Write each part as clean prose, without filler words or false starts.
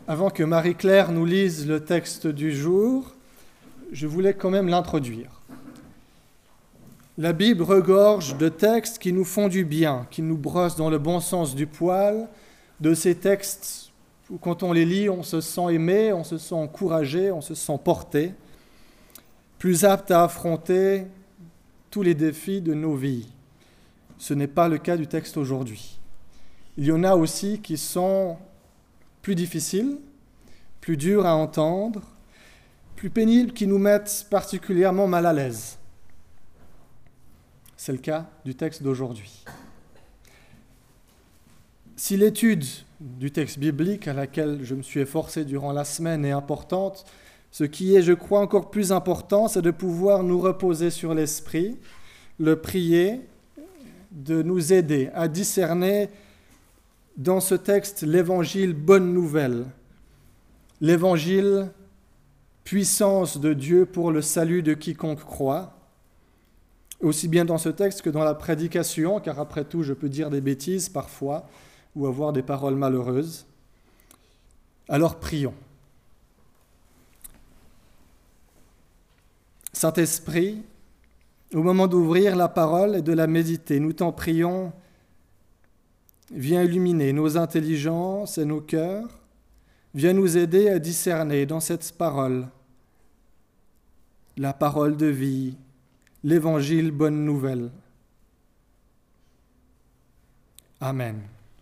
Avant que Marie-Claire nous lise le texte du jour, je voulais quand même l'introduire. La Bible regorge de textes qui nous font du bien, qui nous brossent dans le bon sens du poil, de ces textes où quand on les lit, on se sent aimé, on se sent encouragé, on se sent porté, plus apte à affronter tous les défis de nos vies. Ce n'est pas le cas du texte aujourd'hui. Il y en a aussi qui sont plus difficiles, plus durs à entendre, plus pénibles, qui nous mettent particulièrement mal à l'aise. C'est le cas du texte d'aujourd'hui. Si l'étude du texte biblique à laquelle je me suis efforcé durant la semaine est importante, ce qui est, je crois, encore plus important, c'est de pouvoir nous reposer sur l'Esprit, le prier, de nous aider à discerner dans ce texte l'évangile bonne nouvelle, l'évangile puissance de Dieu pour le salut de quiconque croit, aussi bien dans ce texte que dans la prédication, car après tout, je peux dire des bêtises parfois ou avoir des paroles malheureuses. Alors prions. Saint-Esprit, au moment d'ouvrir la parole et de la méditer, nous t'en prions, viens illuminer nos intelligences et nos cœurs, viens nous aider à discerner dans cette parole la parole de vie, l'évangile bonne nouvelle. Amen.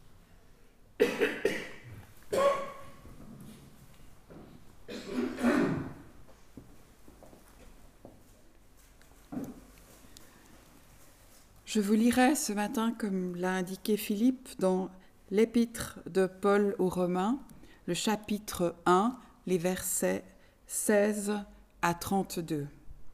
Je vous lirai ce matin, comme l'a indiqué Philippe, dans l'épître de Paul aux Romains, le chapitre 1, les versets 16 à 32.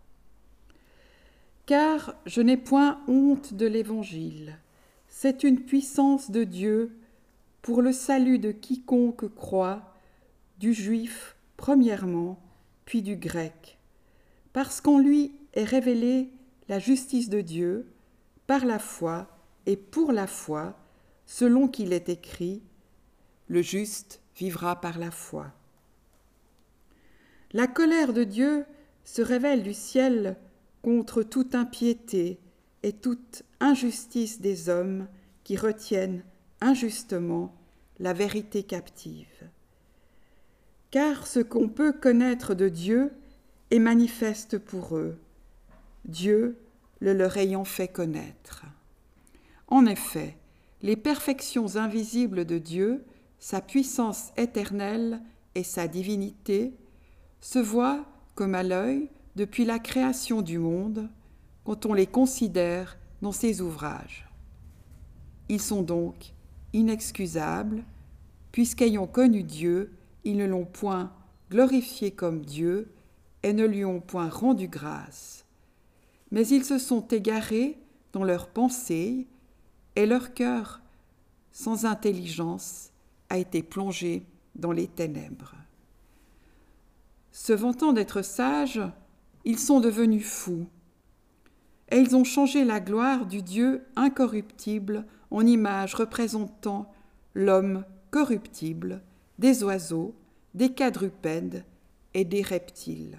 « Car je n'ai point honte de l'Évangile, c'est une puissance de Dieu pour le salut de quiconque croit, du juif premièrement, puis du grec, parce qu'en lui est révélée la justice de Dieu, par la foi et pour la foi, selon qu'il est écrit, le juste vivra par la foi. La colère de Dieu se révèle du ciel contre toute impiété et toute injustice des hommes qui retiennent injustement la vérité captive. Car ce qu'on peut connaître de Dieu est manifeste pour eux, Dieu le leur ayant fait connaître. En effet, les perfections invisibles de Dieu, sa puissance éternelle et sa divinité, se voient comme à l'œil depuis la création du monde, quand on les considère dans ses ouvrages. Ils sont donc inexcusables, puisqu'ayant connu Dieu, ils ne l'ont point glorifié comme Dieu et ne lui ont point rendu grâce. Mais ils se sont égarés dans leurs pensées et leur cœur, sans intelligence, a été plongé dans les ténèbres. Se vantant d'être sages, ils sont devenus fous et ils ont changé la gloire du Dieu incorruptible en image représentant l'homme corruptible, des oiseaux, des quadrupèdes et des reptiles.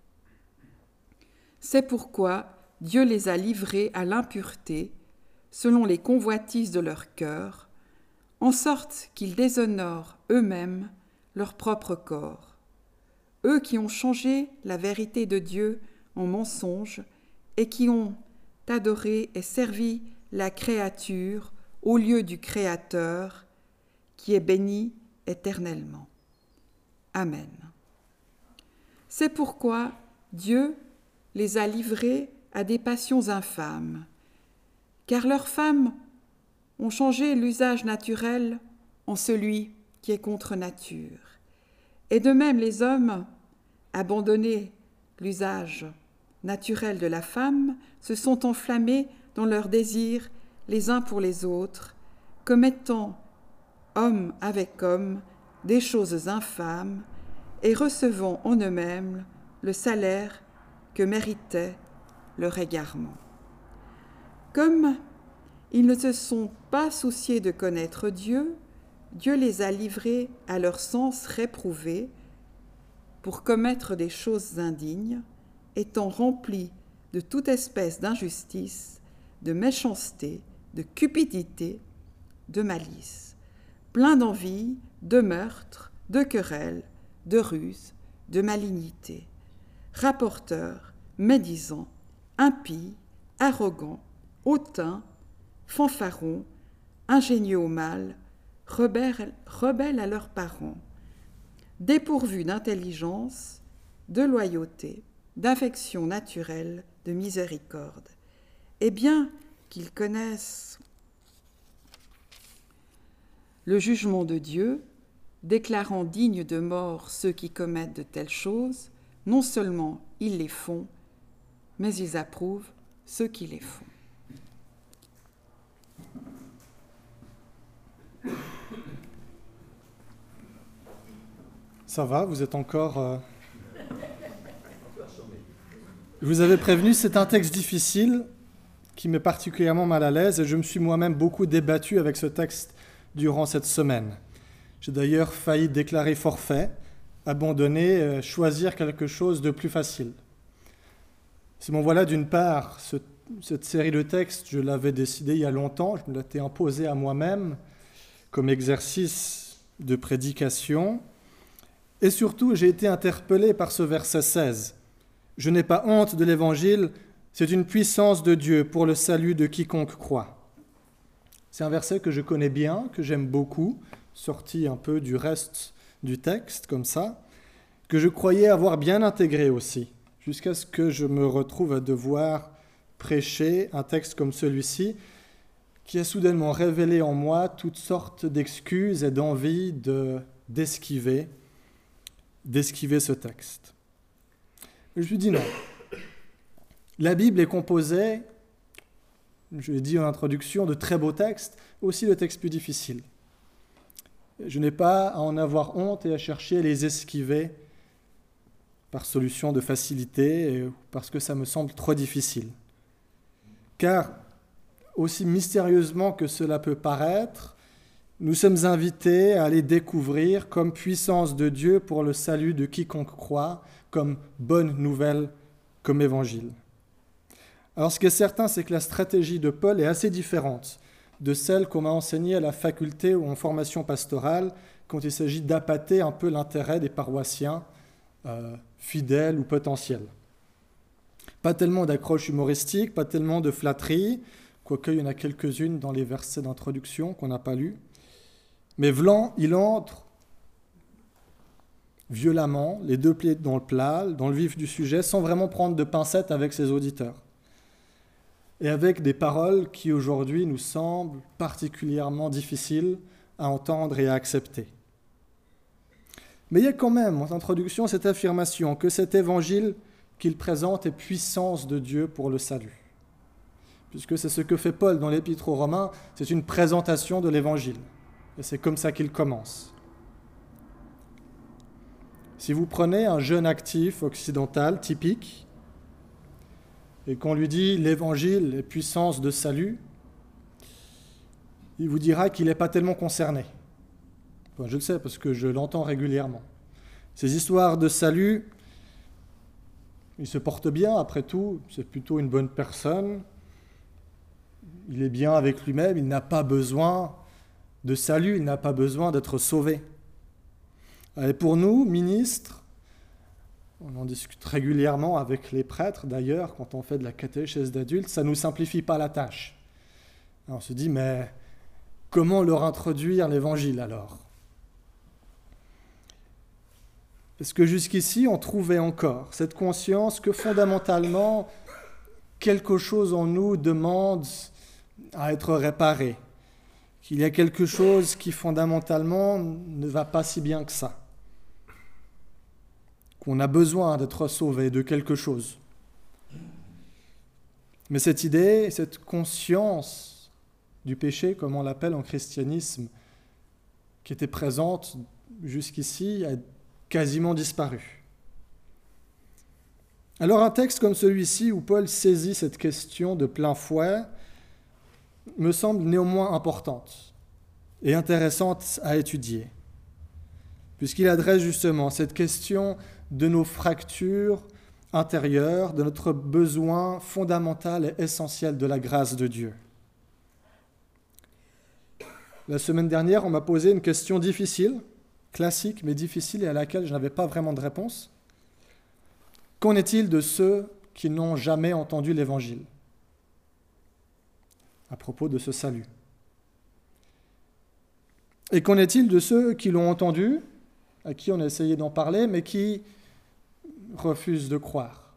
C'est pourquoi Dieu les a livrés à l'impureté, selon les convoitises de leur cœur, en sorte qu'ils déshonorent eux-mêmes leur propre corps. Eux qui ont changé la vérité de Dieu en mensonge et qui ont adoré et servi la créature au lieu du Créateur, qui est béni éternellement. Amen. C'est pourquoi Dieu les a livrés à des passions infâmes, car leurs femmes ont changé l'usage naturel en celui qui est contre nature. Et de même les hommes, abandonnés l'usage naturel de la femme, se sont enflammés dans leurs désirs les uns pour les autres, commettant homme avec homme des choses infâmes et recevant en eux-mêmes le salaire que méritait leur égarement. Comme ils ne se sont pas souciés de connaître Dieu, Dieu les a livrés à leur sens réprouvé pour commettre des choses indignes, étant remplis de toute espèce d'injustice, de méchanceté, de cupidité, de malice, pleins d'envie, de meurtre, de querelles, de ruse, de malignité, rapporteurs, médisants, impies, arrogants, hautains, fanfarons, ingénieux au mal, rebelles à leurs parents, dépourvus d'intelligence, de loyauté, d'affection naturelle, de miséricorde. Et bien qu'ils connaissent le jugement de Dieu, déclarant dignes de mort ceux qui commettent de telles choses, non seulement ils les font, mais ils approuvent ceux qui les font. Ça va, vous êtes encore... Je vous avais prévenu, c'est un texte difficile qui m'est particulièrement mal à l'aise et je me suis moi-même beaucoup débattu avec ce texte durant cette semaine. J'ai d'ailleurs failli déclarer forfait, abandonner, choisir quelque chose de plus facile. C'est bon, voilà, d'une part, cette série de textes, je l'avais décidé il y a longtemps, je me l'étais imposé à moi-même comme exercice de prédication. Et surtout, j'ai été interpellé par ce verset 16. « Je n'ai pas honte de l'Évangile, c'est une puissance de Dieu pour le salut de quiconque croit. » C'est un verset que je connais bien, que j'aime beaucoup, sorti un peu du reste du texte, comme ça, que je croyais avoir bien intégré aussi, jusqu'à ce que je me retrouve à devoir prêcher un texte comme celui-ci, qui a soudainement révélé en moi toutes sortes d'excuses et d'envie d'esquiver ce texte. Je me suis dit non. La Bible est composée, je l'ai dit en introduction, de très beaux textes, aussi de textes plus difficiles. Je n'ai pas à en avoir honte et à chercher à les esquiver par solution de facilité, parce que ça me semble trop difficile. Car, aussi mystérieusement que cela peut paraître, nous sommes invités à les découvrir comme puissance de Dieu pour le salut de quiconque croit, comme bonne nouvelle, comme évangile. Alors ce qui est certain, c'est que la stratégie de Paul est assez différente de celle qu'on m'a enseignée à la faculté ou en formation pastorale, quand il s'agit d'appâter un peu l'intérêt des paroissiens fidèles ou potentiels. Pas tellement d'accroche humoristique, pas tellement de flatterie, quoique il y en a quelques-unes dans les versets d'introduction qu'on n'a pas lus. Mais Vlan, il entre violemment, les deux pieds dans le plat, dans le vif du sujet, sans vraiment prendre de pincettes avec ses auditeurs. Et avec des paroles qui aujourd'hui nous semblent particulièrement difficiles à entendre et à accepter. Mais il y a quand même, en introduction, cette affirmation que cet évangile qu'il présente est puissance de Dieu pour le salut. Puisque c'est ce que fait Paul dans l'Épître aux Romains, c'est une présentation de l'évangile. Et c'est comme ça qu'il commence. Si vous prenez un jeune actif occidental typique, et qu'on lui dit « l'évangile est puissance de salut », il vous dira qu'il n'est pas tellement concerné. Enfin, je le sais parce que je l'entends régulièrement. Ces histoires de salut, il se porte bien, après tout, c'est plutôt une bonne personne, il est bien avec lui-même, il n'a pas besoin de salut, il n'a pas besoin d'être sauvé. Et pour nous, ministres, on en discute régulièrement avec les prêtres d'ailleurs, quand on fait de la catéchèse d'adultes, ça ne nous simplifie pas la tâche. Alors on se dit, mais comment leur introduire l'évangile alors ? Parce que jusqu'ici, on trouvait encore cette conscience que fondamentalement, quelque chose en nous demande à être réparé, qu'il y a quelque chose qui fondamentalement ne va pas si bien que ça, qu'on a besoin d'être sauvé de quelque chose. Mais cette idée, cette conscience du péché, comme on l'appelle en christianisme, qui était présente jusqu'ici, a quasiment disparu. Alors un texte comme celui-ci, où Paul saisit cette question de plein fouet, me semble néanmoins importante. et intéressante à étudier, puisqu'il adresse justement cette question de nos fractures intérieures, de notre besoin fondamental et essentiel de la grâce de Dieu. La semaine dernière, on m'a posé une question difficile, classique mais difficile, et à laquelle je n'avais pas vraiment de réponse. Qu'en est-il de ceux qui n'ont jamais entendu l'Évangile à propos de ce salut? Et qu'en est-il de ceux qui l'ont entendu, à qui on a essayé d'en parler, mais qui refusent de croire?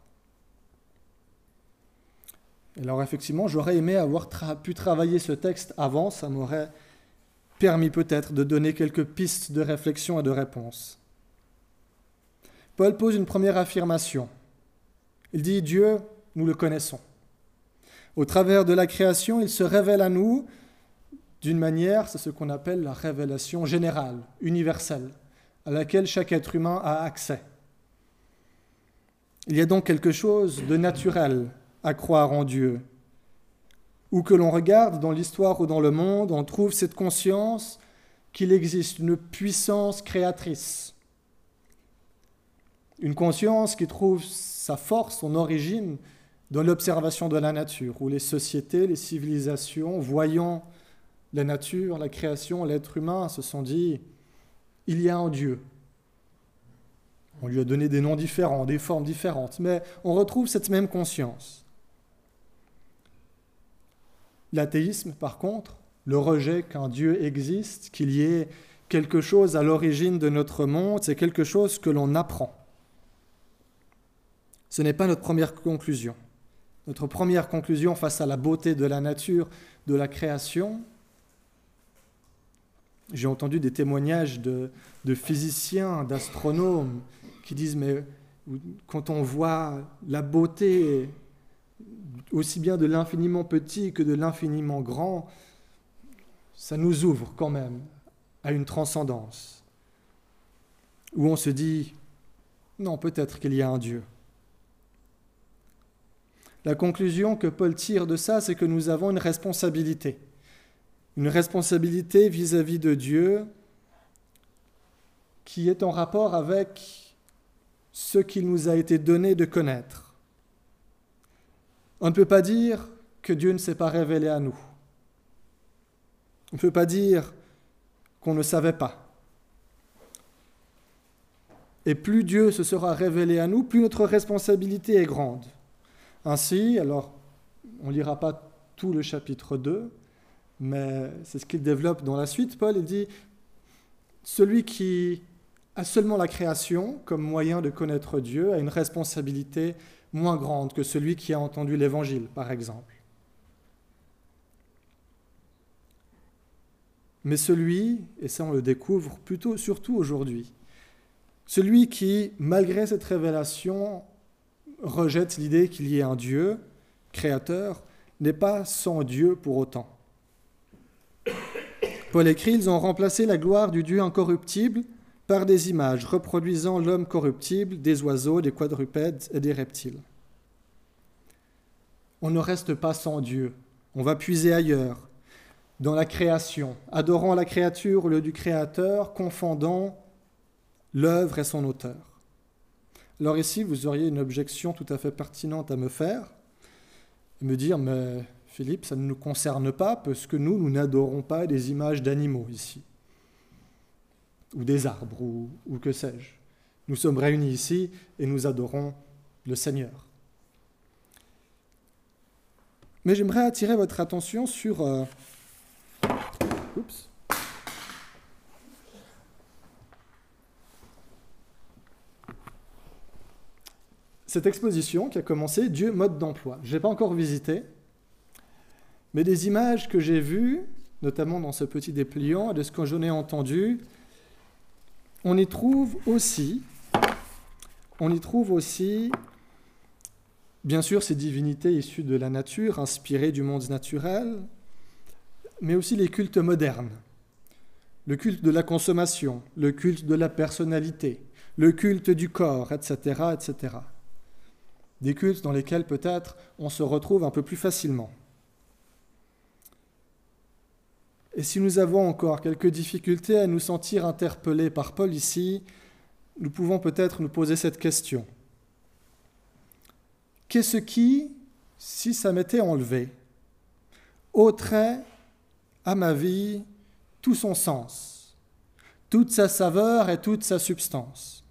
Alors effectivement, j'aurais aimé avoir pu travailler ce texte avant, ça m'aurait permis peut-être de donner quelques pistes de réflexion et de réponse. Paul pose une première affirmation. Il dit « Dieu, nous le connaissons. Au travers de la création, il se révèle à nous d'une manière, c'est ce qu'on appelle la révélation générale, universelle, à laquelle chaque être humain a accès. Il y a donc quelque chose de naturel à croire en Dieu. Où que l'on regarde dans l'histoire ou dans le monde, on trouve cette conscience qu'il existe une puissance créatrice. Une conscience qui trouve sa force, son origine dans l'observation de la nature, où les sociétés, les civilisations, voyant la nature, la création, l'être humain, se sont dit « il y a un Dieu ». On lui a donné des noms différents, des formes différentes, mais on retrouve cette même conscience. L'athéisme, par contre, le rejet qu'un Dieu existe, qu'il y ait quelque chose à l'origine de notre monde, c'est quelque chose que l'on apprend. Ce n'est pas notre première conclusion. Notre première conclusion face à la beauté de la nature, de la création, j'ai entendu des témoignages de physiciens, d'astronomes qui disent « mais quand on voit la beauté aussi bien de l'infiniment petit que de l'infiniment grand, ça nous ouvre quand même à une transcendance, où on se dit « non, peut-être qu'il y a un Dieu ». La conclusion que Paul tire de ça, c'est que nous avons une responsabilité vis-à-vis de Dieu qui est en rapport avec ce qu'il nous a été donné de connaître. On ne peut pas dire que Dieu ne s'est pas révélé à nous. On ne peut pas dire qu'on ne savait pas. Et plus Dieu se sera révélé à nous, plus notre responsabilité est grande. Ainsi, alors, on ne lira pas tout le chapitre 2, mais c'est ce qu'il développe dans la suite. Paul il dit « Celui qui a seulement la création comme moyen de connaître Dieu a une responsabilité moins grande que celui qui a entendu l'Évangile, par exemple. Mais celui, et ça on le découvre surtout aujourd'hui, celui qui, malgré cette révélation, rejette l'idée qu'il y ait un Dieu, créateur, n'est pas sans Dieu pour autant. Paul écrit, ils ont remplacé la gloire du Dieu incorruptible par des images reproduisant l'homme corruptible, des oiseaux, des quadrupèdes et des reptiles. On ne reste pas sans Dieu, on va puiser ailleurs, dans la création, adorant la créature au lieu du Créateur, confondant l'œuvre et son auteur. Alors ici, vous auriez une objection tout à fait pertinente à me faire, et me dire, mais Philippe, ça ne nous concerne pas, parce que nous n'adorons pas des images d'animaux ici, ou des arbres, ou que sais-je. Nous sommes réunis ici et nous adorons le Seigneur. Mais j'aimerais attirer votre attention sur... Cette exposition qui a commencé, Dieu, mode d'emploi. Je ne l'ai pas encore visité, mais des images que j'ai vues, notamment dans ce petit dépliant, et de ce que j'en ai entendu, on y trouve aussi, bien sûr, ces divinités issues de la nature, inspirées du monde naturel, mais aussi les cultes modernes, le culte de la consommation, le culte de la personnalité, le culte du corps, etc., etc. Des cultes dans lesquels peut-être on se retrouve un peu plus facilement. Et si nous avons encore quelques difficultés à nous sentir interpellés par Paul ici, nous pouvons peut-être nous poser cette question. Qu'est-ce qui, si ça m'était enlevé, ôterait à ma vie tout son sens, toute sa saveur et toute sa substance?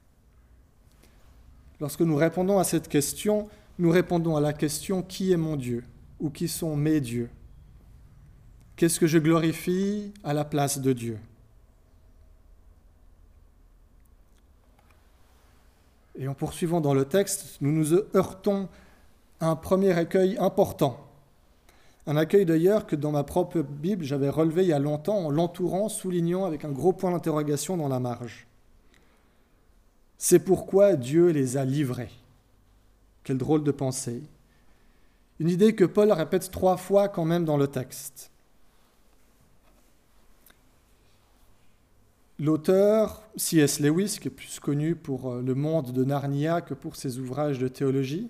Lorsque nous répondons à cette question, nous répondons à la question « Qui est mon Dieu ?» ou « Qui sont mes dieux ?» Qu'est-ce que je glorifie à la place de Dieu? Et en poursuivant dans le texte, nous nous heurtons à un premier accueil important. Un accueil d'ailleurs que dans ma propre Bible, j'avais relevé il y a longtemps en l'entourant, soulignant avec un gros point d'interrogation dans la marge. C'est pourquoi Dieu les a livrés. Quelle drôle de pensée. Une idée que Paul répète 3 fois quand même dans le texte. L'auteur, C.S. Lewis, qui est plus connu pour Le Monde de Narnia que pour ses ouvrages de théologie,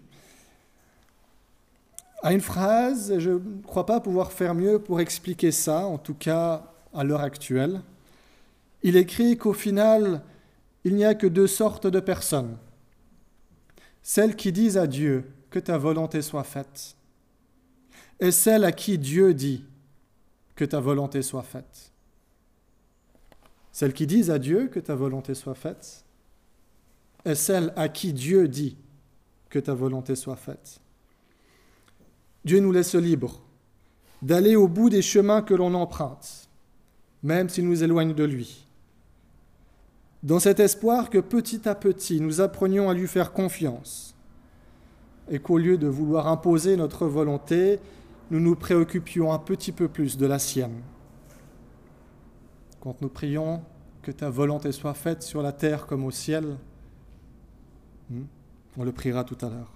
a une phrase, et je ne crois pas pouvoir faire mieux pour expliquer ça, en tout cas à l'heure actuelle. Il écrit qu'au final, il n'y a que 2 sortes de personnes. Celles qui disent à Dieu que ta volonté soit faite, et celles à qui Dieu dit que ta volonté soit faite. Celles qui disent à Dieu que ta volonté soit faite, et celles à qui Dieu dit que ta volonté soit faite. Dieu nous laisse libres d'aller au bout des chemins que l'on emprunte, même s'ils nous éloignent de lui. Dans cet espoir que petit à petit, nous apprenions à lui faire confiance et qu'au lieu de vouloir imposer notre volonté, nous nous préoccupions un petit peu plus de la sienne. Quand nous prions que ta volonté soit faite sur la terre comme au ciel, on le priera tout à l'heure.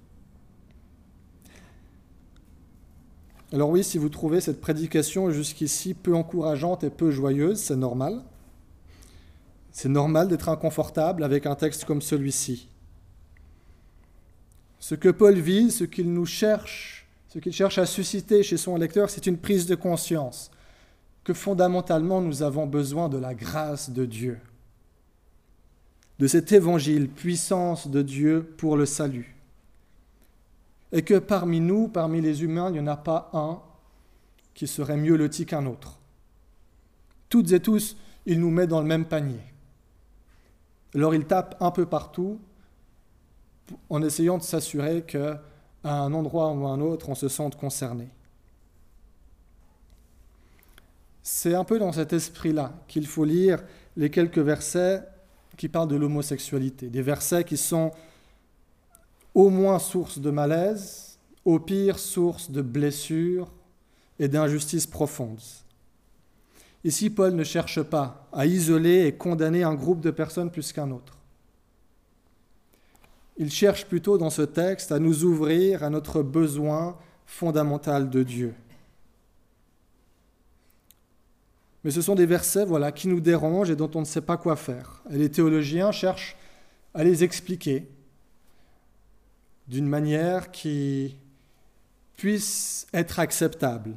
Alors oui, si vous trouvez cette prédication jusqu'ici peu encourageante et peu joyeuse, c'est normal. C'est normal d'être inconfortable avec un texte comme celui-ci. Ce que Paul vise, ce qu'il cherche à susciter chez son lecteur, c'est une prise de conscience que fondamentalement nous avons besoin de la grâce de Dieu, de cet évangile, puissance de Dieu pour le salut. Et que parmi nous, parmi les humains, il n'y en a pas un qui serait mieux loti qu'un autre. Toutes et tous, il nous met dans le même panier. Alors il tape un peu partout en essayant de s'assurer qu'à un endroit ou à un autre, on se sente concerné. C'est un peu dans cet esprit-là qu'il faut lire les quelques versets qui parlent de l'homosexualité, des versets qui sont au moins source de malaise, au pire source de blessures et d'injustices profondes. Ici, Paul ne cherche pas à isoler et condamner un groupe de personnes plus qu'un autre. Il cherche plutôt dans ce texte à nous ouvrir à notre besoin fondamental de Dieu. Mais ce sont des versets qui nous dérangent et dont on ne sait pas quoi faire. Et les théologiens cherchent à les expliquer d'une manière qui puisse être acceptable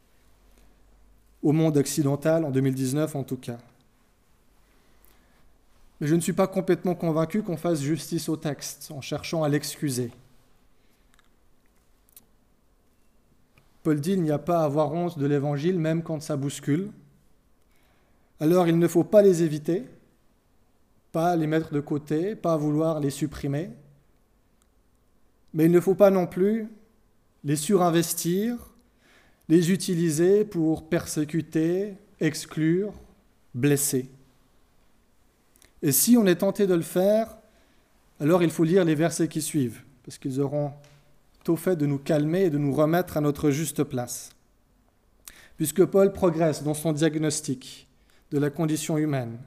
au monde occidental, en 2019 en tout cas. Mais je ne suis pas complètement convaincu qu'on fasse justice au texte en cherchant à l'excuser. Paul dit, il n'y a pas à avoir honte de l'Évangile, même quand ça bouscule. Alors il ne faut pas les éviter, pas les mettre de côté, pas vouloir les supprimer, mais il ne faut pas non plus les surinvestir, les utiliser pour persécuter, exclure, blesser. Et si on est tenté de le faire, alors il faut lire les versets qui suivent, parce qu'ils auront au fait de nous calmer et de nous remettre à notre juste place. Puisque Paul progresse dans son diagnostic de la condition humaine.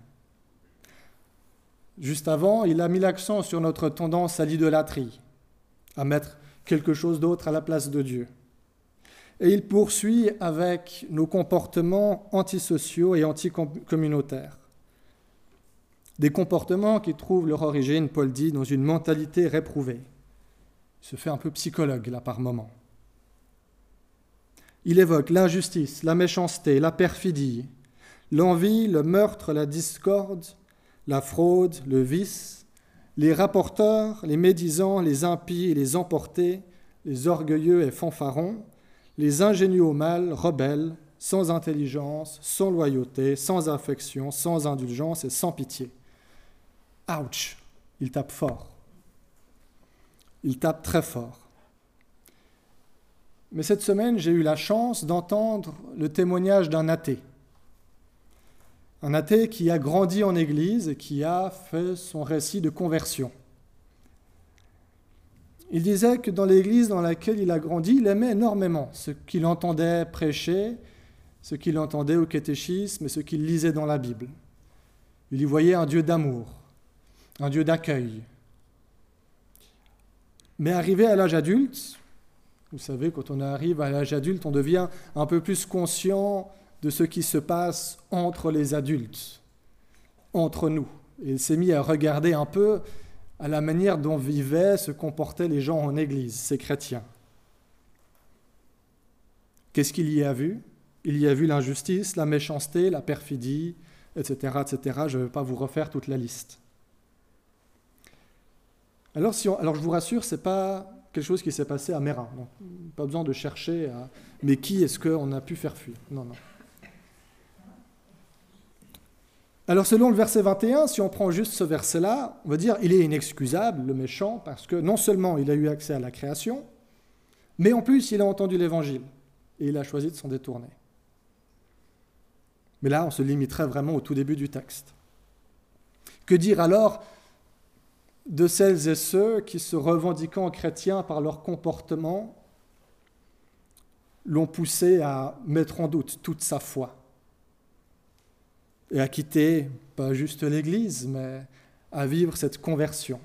Juste avant, il a mis l'accent sur notre tendance à l'idolâtrie, à mettre quelque chose d'autre à la place de Dieu. Et il poursuit avec nos comportements antisociaux et anticommunautaires. Des comportements qui trouvent leur origine, Paul dit, dans une mentalité réprouvée. Il se fait un peu psychologue là par moment. Il évoque l'injustice, la méchanceté, la perfidie, l'envie, le meurtre, la discorde, la fraude, le vice, les rapporteurs, les médisants, les impies et les emportés, les orgueilleux et fanfarons, les ingénieux au mal, rebelles, sans intelligence, sans loyauté, sans affection, sans indulgence et sans pitié. Ouch! Il tape fort. Il tape très fort. Mais cette semaine, j'ai eu la chance d'entendre le témoignage d'un athée. Un athée qui a grandi en Église et qui a fait son récit de conversion. Il disait que dans l'Église dans laquelle il a grandi, il aimait énormément ce qu'il entendait prêcher, ce qu'il entendait au catéchisme et ce qu'il lisait dans la Bible. Il y voyait un Dieu d'amour, un Dieu d'accueil. Mais arrivé à l'âge adulte, vous savez, quand on arrive à l'âge adulte, on devient un peu plus conscient de ce qui se passe entre les adultes, entre nous. Et il s'est mis à regarder un peu à la manière dont vivaient, se comportaient les gens en Église, ces chrétiens. Qu'est-ce qu'il y a vu? Il y a vu l'injustice, la méchanceté, la perfidie, etc., etc. Je ne vais pas vous refaire toute la liste. Alors je vous rassure, ce n'est pas quelque chose qui s'est passé à Mérin. Donc, pas besoin de chercher mais qui est-ce qu'on a pu faire fuir? Non. Alors selon le verset 21, si on prend juste ce verset-là, on va dire il est inexcusable, le méchant, parce que non seulement il a eu accès à la création, mais en plus il a entendu l'évangile et il a choisi de s'en détourner. Mais là, on se limiterait vraiment au tout début du texte. Que dire alors de celles et ceux qui, se revendiquant chrétiens par leur comportement, l'ont poussé à mettre en doute toute sa foi et à quitter, pas juste l'Église, mais à vivre cette conversion?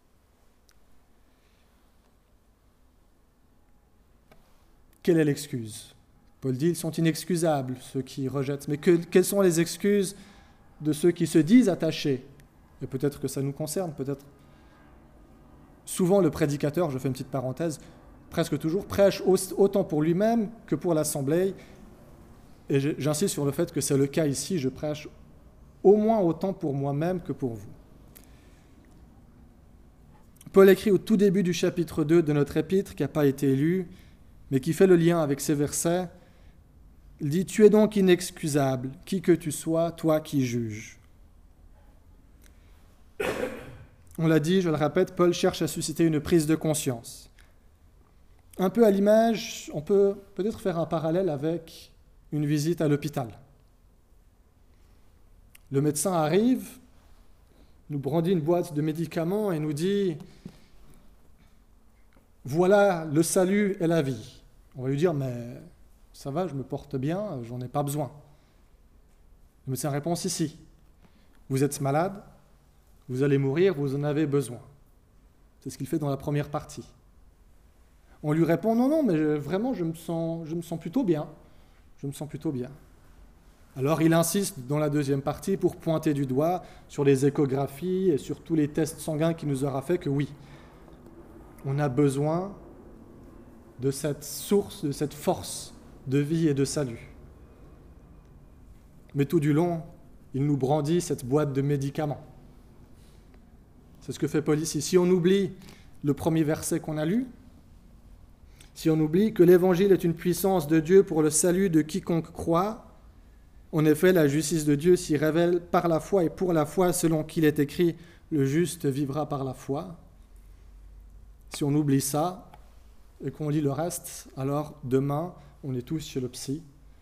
Quelle est l'excuse? Paul dit, ils sont inexcusables, ceux qui rejettent. Mais quelles sont les excuses de ceux qui se disent attachés? Et peut-être que ça nous concerne, peut-être. Souvent, le prédicateur, je fais une petite parenthèse, presque toujours, prêche autant pour lui-même que pour l'assemblée. Et j'insiste sur le fait que c'est le cas ici, je prêche au moins autant pour moi-même que pour vous. Paul écrit au tout début du chapitre 2 de notre épître, qui n'a pas été lu, mais qui fait le lien avec ces versets. Il dit « Tu es donc inexcusable, qui que tu sois, toi qui juges. » On l'a dit, je le répète, Paul cherche à susciter une prise de conscience. Un peu à l'image, on peut peut-être faire un parallèle avec une visite à l'hôpital. Le médecin arrive, nous brandit une boîte de médicaments et nous dit « Voilà le salut et la vie. » On va lui dire « Mais ça va, je me porte bien, j'en ai pas besoin. » Le médecin répond « Si, vous êtes malade, vous allez mourir, vous en avez besoin. » C'est ce qu'il fait dans la première partie. On lui répond « Non, mais vraiment, je me sens plutôt bien. Je me sens plutôt bien. » Alors il insiste dans la deuxième partie pour pointer du doigt sur les échographies et sur tous les tests sanguins qu'il nous aura fait que oui, on a besoin de cette source, de cette force de vie et de salut. Mais tout du long, il nous brandit cette boîte de médicaments. C'est ce que fait Paul ici. Si on oublie le premier verset qu'on a lu, si on oublie que l'Évangile est une puissance de Dieu pour le salut de quiconque croit, en effet, la justice de Dieu s'y révèle par la foi et pour la foi, selon qu'il est écrit, le juste vivra par la foi. Si on oublie ça et qu'on lit le reste, alors demain, on est tous chez le psy.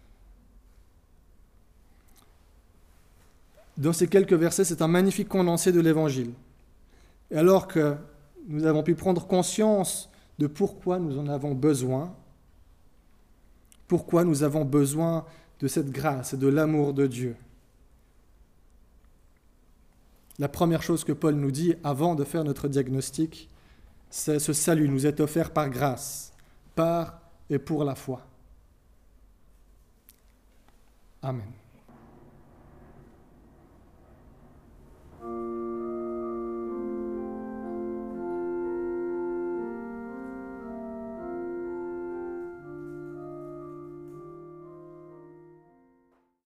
Dans ces quelques versets, c'est un magnifique condensé de l'Évangile. Et alors que nous avons pu prendre conscience de pourquoi nous en avons besoin de cette grâce et de l'amour de Dieu. La première chose que Paul nous dit avant de faire notre diagnostic, c'est ce salut nous est offert par grâce, par et pour la foi. Amen.